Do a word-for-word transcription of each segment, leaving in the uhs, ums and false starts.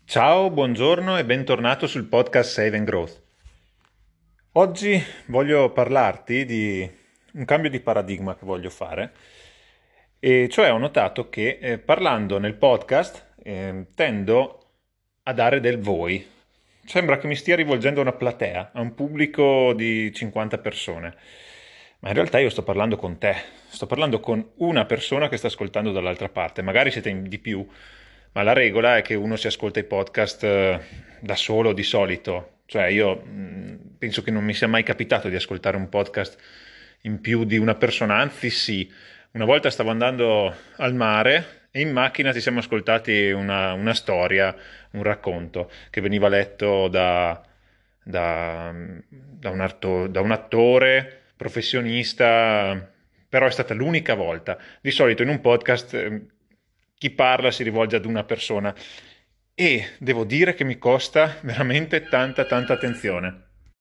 Ciao, buongiorno e bentornato sul podcast Save and Growth. Oggi voglio parlarti di un cambio di paradigma che voglio fare, e cioè ho notato che eh, parlando nel podcast eh, tendo a dare del voi. Sembra che mi stia rivolgendo a una platea, a un pubblico di cinquanta persone, ma in realtà io sto parlando con te, sto parlando con una persona che sta ascoltando dall'altra parte, magari siete in di più, ma la regola è che uno si ascolta i podcast eh, da solo di solito. Cioè io mh, penso che non mi sia mai capitato di ascoltare un podcast in più di una persona, anzi sì, una volta stavo andando al mare e in macchina ci siamo ascoltati una, una storia, un racconto che veniva letto da, da, da un atto- da un attore professionista, però è stata l'unica volta. Di solito in un podcast eh, chi parla si rivolge ad una persona e devo dire che mi costa veramente tanta tanta attenzione.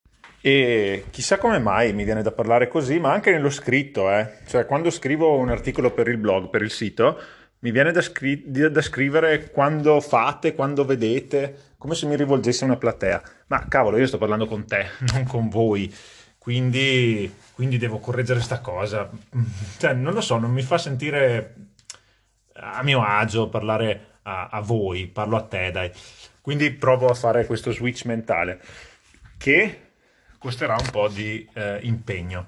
E chissà come mai mi viene da parlare così, ma anche nello scritto, eh. Cioè, quando scrivo un articolo per il blog, per il sito, mi viene da, scri- di- da scrivere quando fate, quando vedete, come se mi rivolgesse a una platea. Ma cavolo, io sto parlando con te, non con voi. Quindi, quindi devo correggere sta cosa. Cioè, non lo so, non mi fa sentire a mio agio parlare a, a voi, parlo a te, dai. Quindi provo a fare questo switch mentale che costerà un po' di eh, impegno.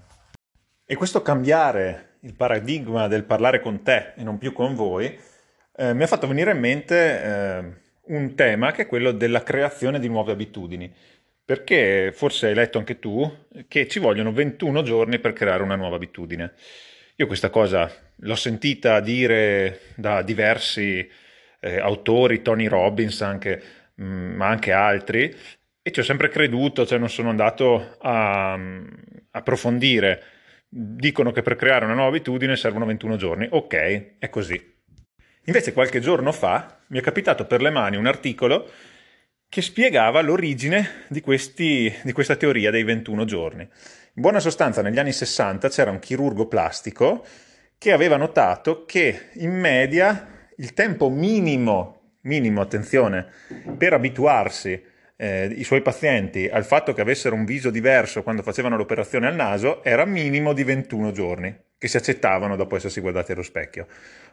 E questo cambiare il paradigma del parlare con te e non più con voi eh, mi ha fatto venire in mente eh, un tema che è quello della creazione di nuove abitudini. Perché forse hai letto anche tu che ci vogliono ventuno giorni per creare una nuova abitudine. Io questa cosa l'ho sentita dire da diversi eh, autori, Tony Robbins anche, mh, ma anche altri, e ci ho sempre creduto, cioè non sono andato a, a approfondire. Dicono che per creare una nuova abitudine servono ventuno giorni. Ok, è così. Invece qualche giorno fa mi è capitato per le mani un articolo che spiegava l'origine di, questi, di questa teoria dei ventuno giorni. In buona sostanza, negli anni sessanta c'era un chirurgo plastico che aveva notato che in media il tempo minimo, minimo, attenzione, per abituarsi eh, i suoi pazienti al fatto che avessero un viso diverso quando facevano l'operazione al naso era minimo di ventuno giorni, che si accettavano dopo essersi guardati allo specchio.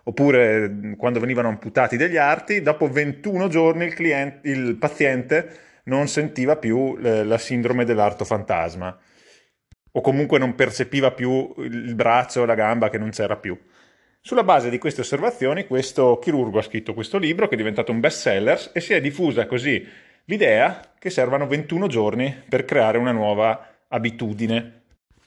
Oppure quando venivano amputati degli arti, dopo ventuno giorni il, cliente, il paziente non sentiva più eh, la sindrome dell'arto fantasma o comunque non percepiva più il braccio o la gamba che non c'era più. Sulla base di queste osservazioni, questo chirurgo ha scritto questo libro che è diventato un best seller e si è diffusa così l'idea che servano ventuno giorni per creare una nuova abitudine.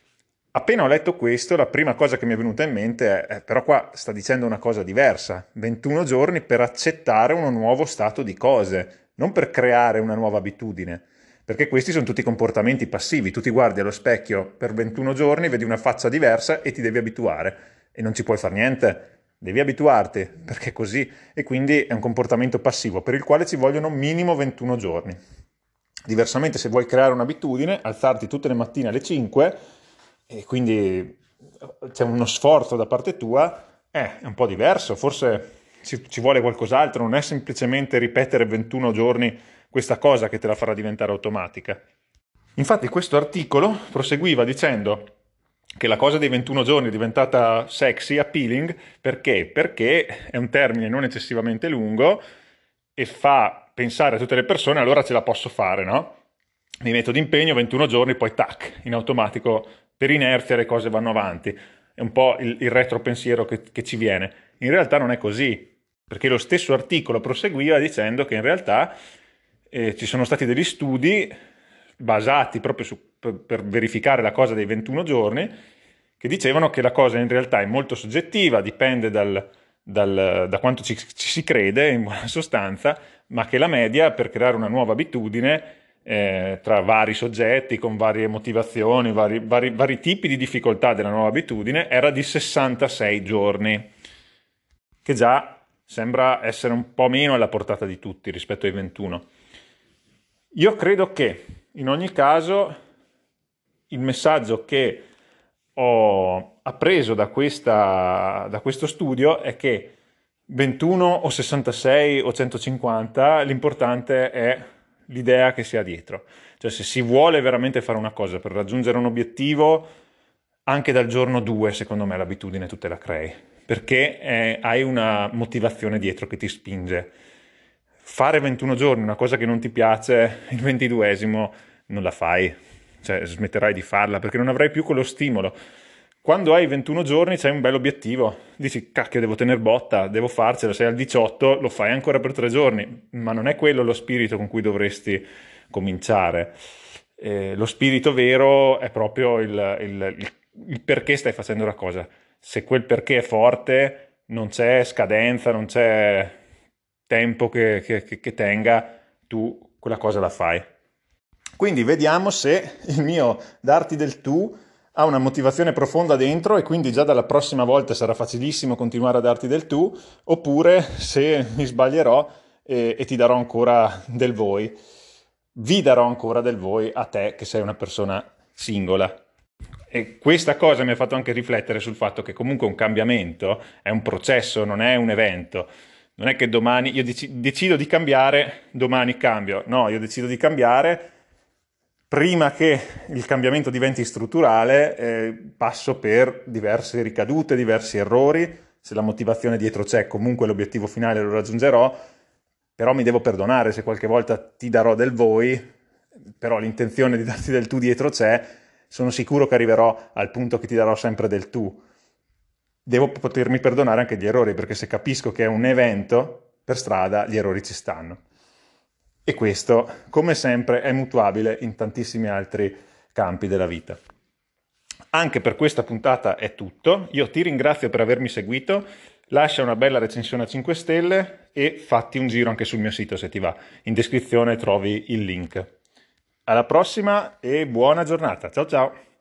Appena ho letto questo, la prima cosa che mi è venuta in mente è, eh, però qua sta dicendo una cosa diversa, ventuno giorni per accettare uno nuovo stato di cose, non per creare una nuova abitudine, perché questi sono tutti comportamenti passivi, tu ti guardi allo specchio per ventuno giorni, vedi una faccia diversa e ti devi abituare e non ci puoi fare niente, devi abituarti, perché è così, e quindi è un comportamento passivo per il quale ci vogliono minimo ventuno giorni. Diversamente, se vuoi creare un'abitudine, alzarti tutte le mattine alle cinque e quindi c'è uno sforzo da parte tua, eh, è un po' diverso, forse ci, ci vuole qualcos'altro, non è semplicemente ripetere ventuno giorni questa cosa che te la farà diventare automatica. Infatti questo articolo proseguiva dicendo che la cosa dei ventuno giorni è diventata sexy, appealing, perché? Perché è un termine non eccessivamente lungo e fa pensare a tutte le persone, allora ce la posso fare, no? Mi metto d'impegno ventuno giorni, poi tac, in automatico, per inerzia le cose vanno avanti. È un po' il, il retropensiero che, che ci viene. In realtà non è così, perché lo stesso articolo proseguiva dicendo che in realtà eh, ci sono stati degli studi basati proprio su, per, per verificare la cosa dei ventuno giorni, che dicevano che la cosa in realtà è molto soggettiva, dipende dal, dal, da quanto ci, ci si crede, in buona sostanza, ma che la media per creare una nuova abitudine eh, tra vari soggetti, con varie motivazioni, vari, vari, vari tipi di difficoltà della nuova abitudine, era di sessantasei giorni, che già sembra essere un po' meno alla portata di tutti rispetto ai ventuno. Io credo che in ogni caso il messaggio che ho appreso da, questa, da questo studio è che ventuno o sessantasei o centocinquanta, l'importante è l'idea che si ha dietro. Cioè, se si vuole veramente fare una cosa per raggiungere un obiettivo, anche dal giorno due, secondo me, l'abitudine tu te la crei, perché eh, hai una motivazione dietro che ti spinge. Fare ventuno giorni una cosa che non ti piace, il ventiduesimo non la fai, cioè smetterai di farla perché non avrai più quello stimolo. Quando hai ventuno giorni c'hai un bel obiettivo, dici cacchio devo tener botta, devo farcela, sei al diciotto, lo fai ancora per tre giorni, ma non è quello lo spirito con cui dovresti cominciare. Eh, lo spirito vero è proprio il, il, il, il perché stai facendo la cosa. Se quel perché è forte, non c'è scadenza, non c'è tempo che, che, che tenga, tu quella cosa la fai. Quindi vediamo se il mio darti del tu ha una motivazione profonda dentro e quindi già dalla prossima volta sarà facilissimo continuare a darti del tu, oppure se mi sbaglierò e, e ti darò ancora del voi, vi darò ancora del voi a te che sei una persona singola. E questa cosa mi ha fatto anche riflettere sul fatto che comunque un cambiamento è un processo, non è un evento. Non è che domani io dec- decido di cambiare, domani cambio. No, io decido di cambiare. Prima che il cambiamento diventi strutturale, eh, passo per diverse ricadute, diversi errori. Se la motivazione dietro c'è, comunque l'obiettivo finale lo raggiungerò, però mi devo perdonare se qualche volta ti darò del voi, però l'intenzione di darti del tu dietro c'è, sono sicuro che arriverò al punto che ti darò sempre del tu. Devo potermi perdonare anche gli errori, perché se capisco che è un evento per strada, gli errori ci stanno. E questo, come sempre, è mutuabile in tantissimi altri campi della vita. Anche per questa puntata è tutto. Io ti ringrazio per avermi seguito. Lascia una bella recensione a cinque stelle e fatti un giro anche sul mio sito se ti va. In descrizione trovi il link. Alla prossima e buona giornata. Ciao ciao!